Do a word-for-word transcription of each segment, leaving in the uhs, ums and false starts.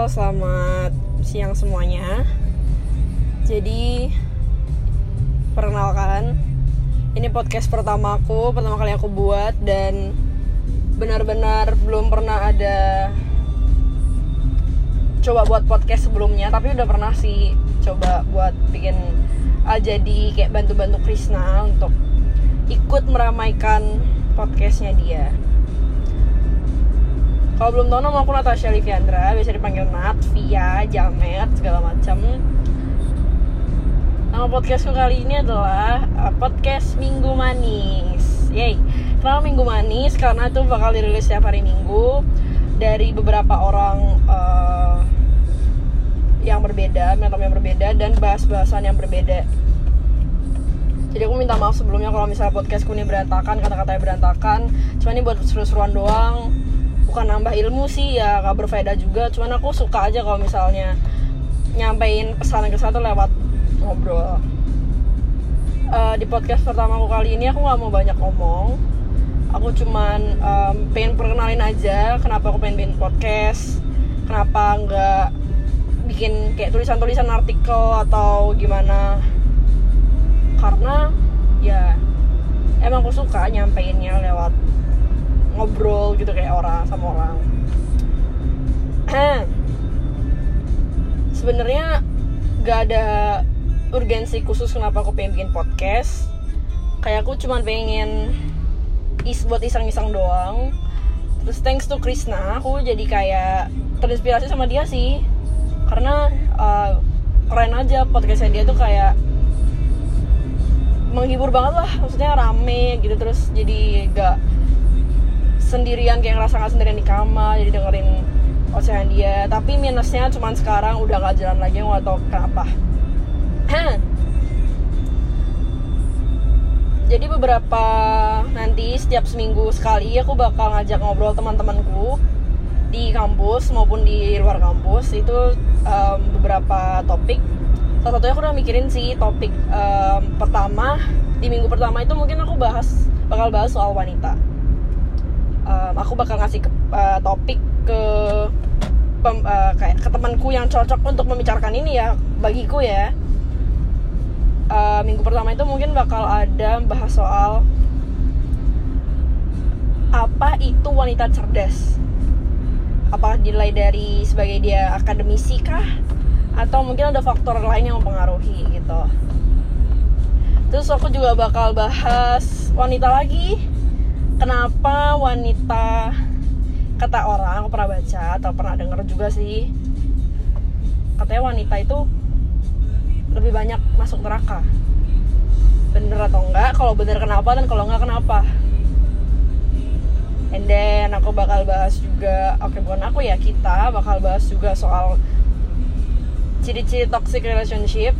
Halo, selamat siang semuanya. Jadi, perkenalkan, ini podcast pertama aku, pertama kali aku buat. Dan benar-benar belum pernah ada coba buat podcast sebelumnya. Tapi udah pernah sih coba buat bikin uh, Jadi kayak bantu-bantu Krisna untuk ikut meramaikan podcastnya dia. Kalau belum tahu, nama aku Natasha Liviandra, biasa dipanggil Nat, Via, Jamet, segala macam. Nama podcastku kali ini adalah uh, podcast Minggu Manis. Yeay. Kenapa Minggu Manis? Karena itu bakal dirilis setiap hari Minggu dari beberapa orang uh, yang berbeda, metode yang berbeda, dan bahas-bahasan yang berbeda. Jadi aku minta maaf sebelumnya kalau misalnya podcastku ini berantakan, kata-katanya berantakan. Cuma ini buat seru-seruan doang. Bukan nambah ilmu sih, ya gak berfaedah juga. Cuman aku suka aja kalau misalnya nyampein pesan ke satu lewat ngobrol. uh, Di podcast pertama aku kali ini aku gak mau banyak ngomong. Aku cuman um, pengen perkenalin aja kenapa aku pengen bikin podcast, kenapa gak bikin kayak tulisan-tulisan artikel atau gimana. Karena ya emang aku suka nyampeinnya lewat ngobrol gitu kayak orang sama orang. Sebenarnya gak ada urgensi khusus kenapa aku pengen bikin podcast. Kayak aku cuma pengen is buat iseng-iseng doang. Terus thanks to Krisna, aku jadi kayak terinspirasi sama dia sih. Karena uh, keren aja podcastnya dia tuh, kayak menghibur banget lah. Maksudnya rame gitu, terus jadi gak sendirian, kayak ngerasa gak sendirian di kamar, jadi dengerin ocehan dia. Tapi minusnya cuman sekarang udah gak jalan lagi, aku gak tau kenapa. Jadi beberapa nanti setiap seminggu sekali aku bakal ngajak ngobrol teman-temanku di kampus maupun di luar kampus. Itu um, beberapa topik. Salah satunya aku udah mikirin sih topik um, pertama. Di minggu pertama itu mungkin aku bahas bakal bahas soal wanita. Um, aku bakal ngasih ke, uh, topik ke pem, uh, kayak ke temanku yang cocok untuk membicarakan ini ya, bagiku ya. Uh, minggu pertama itu mungkin bakal ada bahas soal apa itu wanita cerdas. Apakah dinilai dari sebagai dia akademisi kah, atau mungkin ada faktor lain yang mempengaruhi gitu. Terus aku juga bakal bahas wanita lagi. Kenapa wanita, kata orang, aku pernah baca atau pernah denger juga sih, katanya wanita itu lebih banyak masuk neraka. Bener atau enggak? Kalau bener kenapa, dan kalau enggak kenapa? And then aku bakal bahas juga, oke okay, bukan aku ya, kita bakal bahas juga soal ciri-ciri toxic relationship.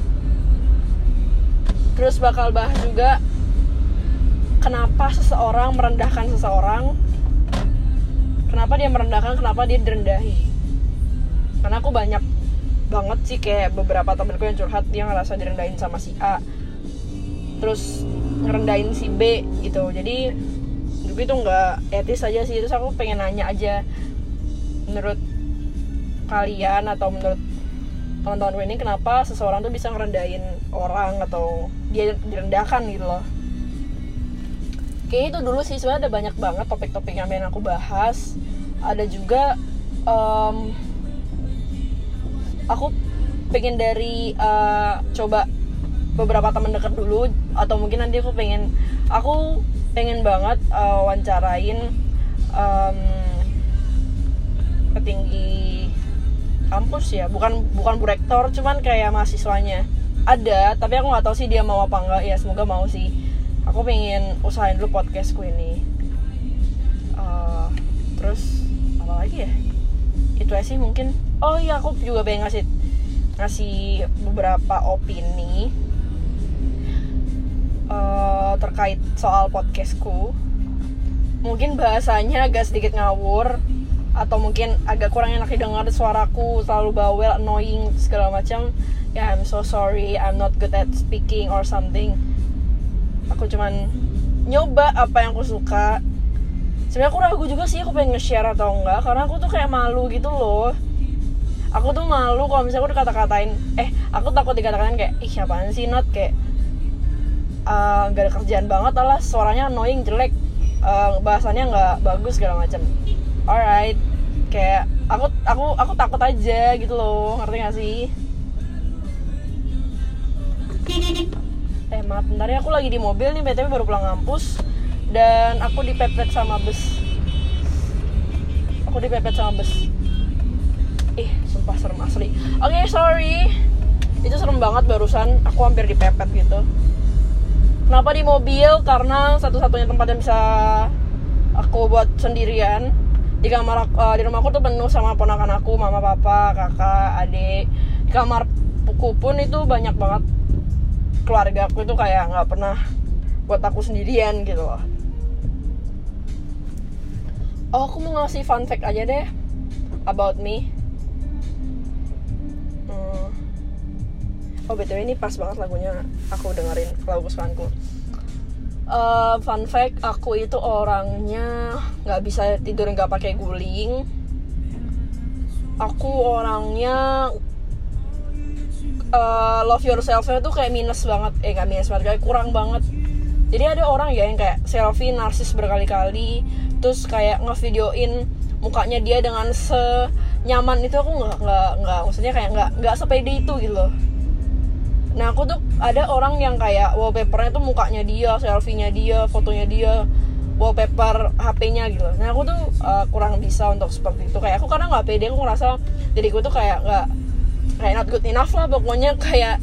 Terus bakal bahas juga kenapa seseorang merendahkan seseorang, kenapa dia merendahkan, kenapa dia direndahi. Karena aku banyak banget sih kayak beberapa temenku yang curhat, dia ngerasa direndahin sama si A, terus ngerendahin si B gitu. Jadi hidup itu gak etis aja sih. Terus aku pengen nanya aja, menurut kalian atau menurut teman-teman ini, kenapa seseorang tuh bisa ngerendahin orang atau dia direndahkan gitu loh. Kayaknya itu dulu sih. Sebenarnya ada banyak banget topik-topik yang pengen aku bahas. Ada juga um, aku pengen dari uh, coba beberapa teman dekat dulu, atau mungkin nanti aku pengen aku pengen banget uh, wawancarain um, petinggi kampus ya, bukan bukan bu rektor, cuman kayak mahasiswanya ada. Tapi aku nggak tahu sih dia mau apa enggak. Ya semoga mau sih. Aku pengen usahain dulu podcastku ini. Uh, terus apa lagi ya? Itu aja sih mungkin. Oh iya, aku juga pengen ngasih ngasih beberapa opini uh, terkait soal podcastku. Mungkin bahasanya agak sedikit ngawur, atau mungkin agak kurang enak didengar, suaraku selalu bawel, annoying segala macam. Ya, I'm so sorry, I'm not good at speaking or something. Aku cuman nyoba apa yang aku suka. Sebenarnya aku ragu juga sih aku pengen nge-share atau enggak, karena aku tuh kayak malu gitu loh. Aku tuh malu kalau misalnya aku dikata-katain, eh aku takut dikata-katain kayak, ih apaan sih Not, kayak uh, gak ada kerjaan banget, alah suaranya annoying, jelek, uh, bahasannya nggak bagus segala macam. Alright, kayak aku aku aku takut aja gitu loh, ngerti gak sih? Eh maaf, bentar ya, aku lagi di mobil nih, B T W baru pulang ngampus dan aku dipepet sama bus. Aku dipepet sama bus. Ih, sumpah serem asli. Oke, okay, sorry. Itu serem banget barusan, aku hampir dipepet gitu. Kenapa di mobil? Karena satu-satunya tempat yang bisa aku buat sendirian. Di kamar uh, di rumah aku tuh penuh sama ponakan aku, mama, papa, kakak, adik. Di kamar aku pun itu banyak banget keluarga aku, itu kayak nggak pernah buat aku sendirian gitu loh. Oh, aku mau ngasih fun fact aja deh about me. Hmm. Oh, B T W ini pas banget lagunya, aku dengerin lagu kesukaanku. Uh, fun fact, aku itu orangnya nggak bisa tidur nggak pakai guling. Aku orangnya uh, love yourself-nya tuh kayak minus banget, eh nggak minus banget, kayak kurang banget. Jadi ada orang ya yang kayak selfie narsis berkali-kali, terus kayak ngevideoin mukanya dia dengan senyaman itu. Aku nggak nggak nggak, maksudnya kayak nggak nggak sepede itu gitu loh. Nah aku tuh ada orang yang kayak wallpapernya tuh mukanya dia, selfie-nya dia, fotonya dia, wallpaper H P-nya gitu. Nah aku tuh uh, kurang bisa untuk seperti itu. Kayak aku karena nggak pede, aku ngerasa diriku tuh kayak nggak kayak not good enough lah, pokoknya kayak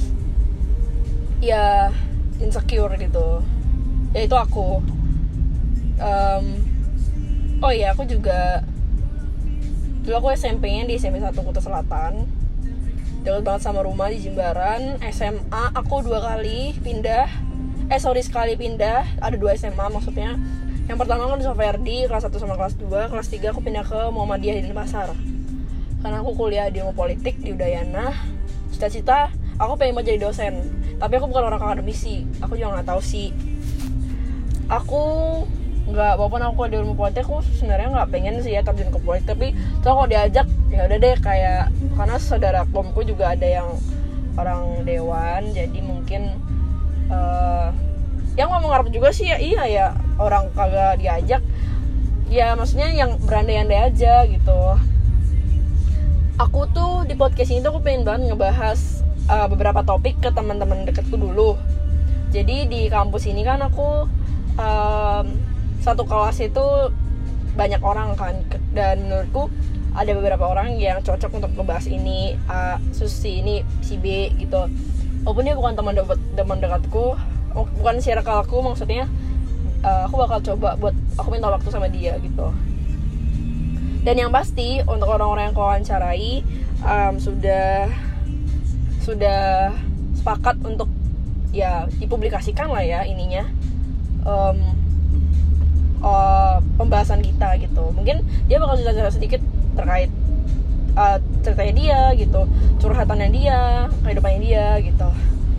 ya insecure gitu. Ya itu aku. Um, oh iya, aku juga dulu aku S M P-nya di S M P satu Kuta Selatan, dekat banget sama rumah di Jimbaran. S M A aku dua kali pindah, eh sorry sekali pindah, ada dua S M A maksudnya. Yang pertama kan di Soferdi, kelas satu sama kelas dua. Kelas tiga aku pindah ke Muhammadiyah di Denpasar, karena aku kuliah di ilmu politik di Udayana. Cita-cita aku pengen mau jadi dosen, tapi aku bukan orang akademisi. Aku juga nggak tahu sih, aku nggak, walaupun aku di ilmu politik, aku sebenarnya nggak pengen sih ya terjun ke politik. Tapi so kalau diajak ya udah deh, kayak karena saudara kelompokku juga ada yang orang dewan, jadi mungkin uh, yang ngomong Arab juga sih ya, iya ya orang kagak diajak ya, maksudnya yang berandai-andai aja gitu. Aku tuh di podcast ini tuh aku pengen banget ngebahas uh, beberapa topik ke teman-teman deketku dulu. Jadi di kampus ini kan aku um, satu kelas itu banyak orang kan, dan menurutku ada beberapa orang yang cocok untuk ngebahas ini, A, Susi ini, si B gitu. Walaupun dia bukan teman dekat teman dekatku, bukan circle aku, maksudnya uh, aku bakal coba buat aku minta waktu sama dia gitu. Dan yang pasti untuk orang-orang yang aku wawancarai um, sudah sudah sepakat untuk ya dipublikasikan lah ya ininya, um, uh, pembahasan kita gitu. Mungkin dia bakal cerita-cerita sedikit terkait uh, ceritanya dia gitu, curhatannya dia, kehidupannya dia gitu.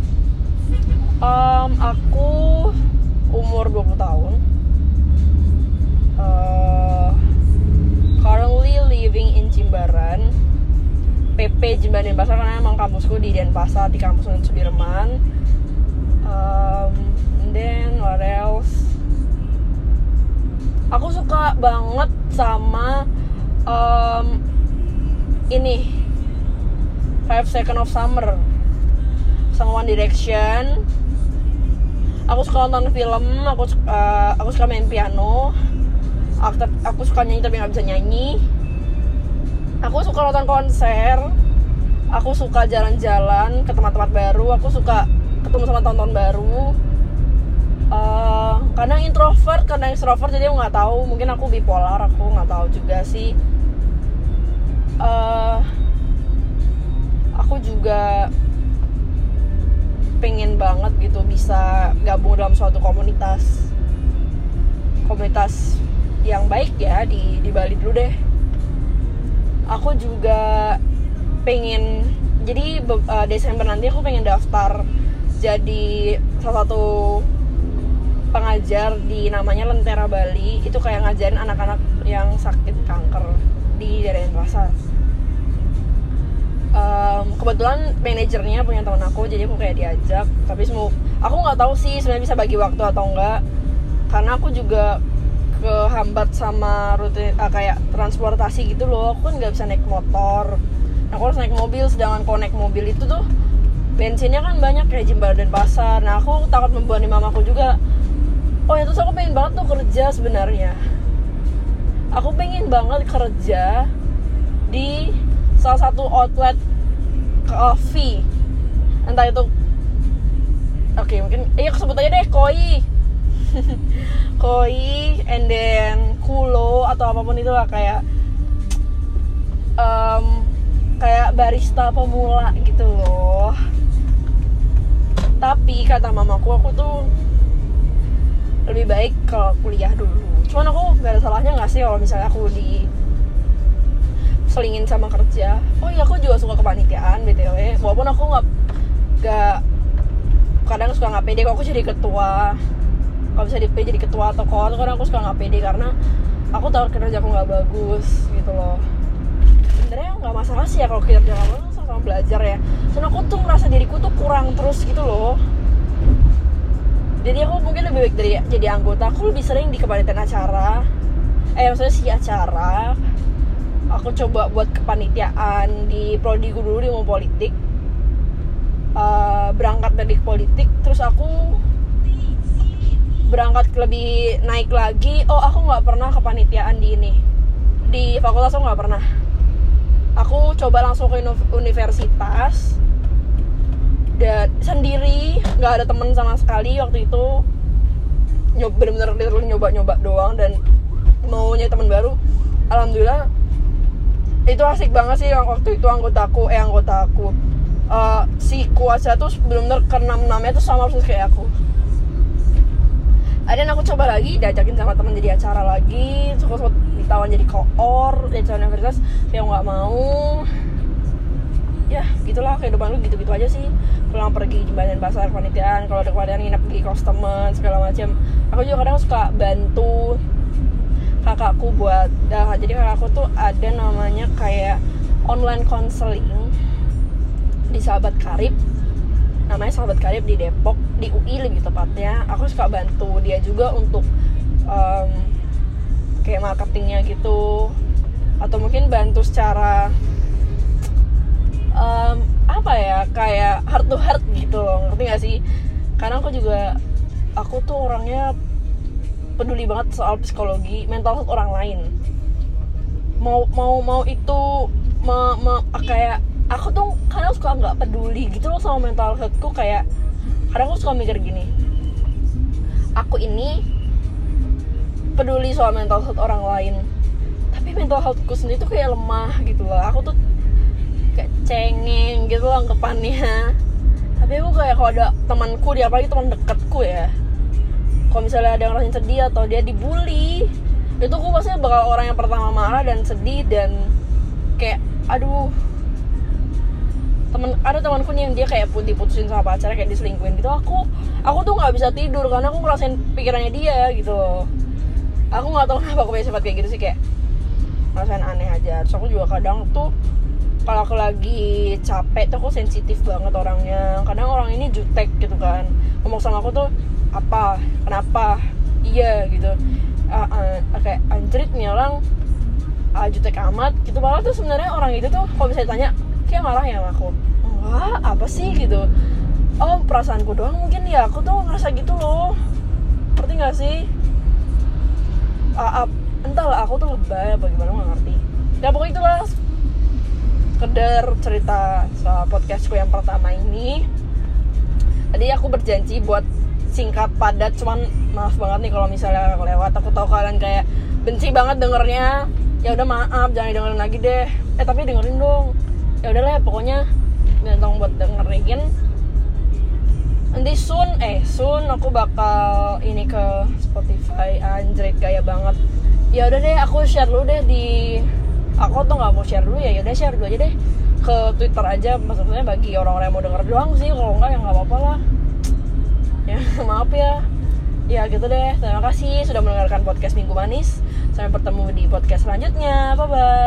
um, Aku umur dua puluh tahun, uh, currently living in Jimbaran, P P Jimbaran Denpasar, karena emang kampusku di Denpasar, di kampus Sudirman. um, And then what else, aku suka banget sama um, ini Five Seconds of Summer sama One Direction. Aku suka nonton film, aku uh, aku suka main piano, aku, aku suka nyanyi tapi nggak bisa nyanyi. Aku suka nonton konser, aku suka jalan-jalan ke tempat-tempat baru, aku suka ketemu sama tonton baru. Uh, karena introvert, karena extrovert, jadi aku nggak tahu, mungkin aku bipolar, aku nggak tahu juga sih. Uh, aku juga pengen banget gitu bisa gabung dalam suatu komunitas komunitas yang baik ya di di Bali dulu deh. Aku juga pengen, jadi uh, Desember nanti aku pengen daftar jadi salah satu pengajar di namanya Lentera Bali. Itu kayak ngajarin anak-anak yang sakit kanker di daerah Denpasar. um, kebetulan manajernya punya teman aku, jadi aku kayak diajak. Tapi semua aku nggak tahu sih sebenarnya bisa bagi waktu atau enggak, karena aku juga kehambat sama rute uh, kayak transportasi gitu loh. Aku kan nggak bisa naik motor, aku harus naik mobil. Sedangkan kalau naik mobil itu tuh bensinnya kan banyak kayak Jimbaran dan Pasar. Nah aku takut membebani mamaku juga. Oh ya, terus aku pengen banget tuh kerja sebenarnya. Aku pengen banget kerja di salah satu outlet coffee, entah itu oke okay, mungkin iya aku sebut aja deh koi koi and then kulo atau apapun itulah, kayak um, kayak barista pemula gitu loh. Tapi kata mamaku aku tuh lebih baik kalau kuliah dulu. Cuman aku gak ada salahnya gak sih kalau misalnya aku di selingin sama kerja. Oh iya, aku juga suka kepanitiaan B T W. Walaupun aku gak, gak kadang suka gak pede kalau aku jadi ketua. Kalau bisa dipilih jadi ketua atau kawan, kadang aku suka gak pede karena aku tahu kerja aku gak bagus gitu loh. Sebenarnya gak masalah sih ya kalau kinerja gak bagus, sama belajar ya. Soalnya aku tuh merasa diriku tuh kurang terus gitu loh. Jadi aku mungkin lebih baik dari jadi anggota. Aku lebih sering di kepanitiaan acara. Eh maksudnya si acara. Aku coba buat kepanitiaan di prodiku dulu di ilmu politik. uh, Berangkat dari politik, terus aku berangkat lebih naik lagi. Oh aku gak pernah kepanitiaan di ini, di fakultas aku gak pernah. Aku coba langsung ke universitas dan sendiri, nggak ada temen sama sekali waktu itu. Nyoba bener-bener literally nyoba-nyoba doang dan mau nyari temen baru. Alhamdulillah itu asik banget sih. Yang waktu itu anggotaku eh anggotaku uh, si kuasa tuh bener-bener keenam-enamnya tuh sama persis kayak aku. Dan aku coba lagi diajakin sama temen jadi acara lagi, terus aku ditawan jadi koor di acara universitas, tapi aku nggak mau. Ya gitulah kehidupan lu, gitu-gitu aja sih. Pulang pergi Jimbaran Pasar, kepanitiaan, kalau ada kepanitiaan nginep di kos temen segala macam. Aku juga kadang suka bantu kakakku buat dah. Jadi kakakku tuh ada namanya kayak online counseling di Sahabat Karib, namanya Sahabat Karib di Depok, di U I lebih tepatnya. Aku suka bantu dia juga untuk um, kayak marketingnya gitu, atau mungkin bantu secara Um, apa ya, kayak heart to heart gitu loh, ngerti gak sih? Karena aku juga, aku tuh orangnya peduli banget soal psikologi, mental health orang lain. Mau mau mau itu, ma, ma, kayak aku tuh kadang suka nggak peduli gitu loh sama mental healthku. Kayak kadang aku suka mikir gini, aku ini peduli soal mental health orang lain, tapi mental healthku sendiri tuh kayak lemah gitu loh. Aku tuh kayak cengeng gitu loh anggapannya. Tapi aku kayak kalau ada temanku, dia apalagi teman dekatku ya, kalau misalnya ada yang ngerasain sedih atau dia dibully, itu aku pasti bakal orang yang pertama marah dan sedih dan kayak aduh. Temen, ada temanku nih yang dia kayak diputusin sama pacarnya, kayak diselingkuhin gitu. Aku aku tuh nggak bisa tidur karena aku ngerasain pikirannya dia gitu loh. Aku nggak tahu kenapa aku punya sifat kayak gitu sih, kayak ngerasain aneh aja. Terus aku juga kadang tuh kalau aku lagi capek tuh aku sensitif banget orangnya. Kadang orang ini jutek gitu kan, ngomong sama aku tuh apa, kenapa, iya gitu. Uh, uh, kayak anjrit nih orang uh, jutek amat gitu. Padahal tuh sebenarnya orang itu tuh kalau bisa ditanya kayak marah ya sama aku. Wah apa sih gitu. Oh perasaanku doang mungkin ya, aku tuh ngerasa gitu loh, ngerti gak sih? Uh, uh, entahlah aku tuh lebay apa gimana, gak ngerti. Ya pokoknya itulah sekedar cerita soal podcastku yang pertama ini. Tadi aku berjanji buat singkat padat, cuman maaf banget nih kalau misalnya kelewat. Aku tahu kalian kayak benci banget dengernya. Ya udah maaf, jangan dengerin lagi deh. Eh tapi dengerin dong. Ya udah lah, pokoknya ganteng buat dengerin. Nanti soon, eh soon aku bakal ini ke Spotify. Anjrit gaya banget. Ya udah deh, aku share dulu deh di. Aku tuh nggak mau share dulu ya, yaudah share dulu aja deh ke Twitter aja, maksudnya bagi orang-orang yang mau denger doang sih. Kalau enggak ya nggak apa-apa lah. Ya maaf ya. Ya gitu deh. Terima kasih sudah mendengarkan podcast Minggu Manis. Sampai bertemu di podcast selanjutnya. Bye bye.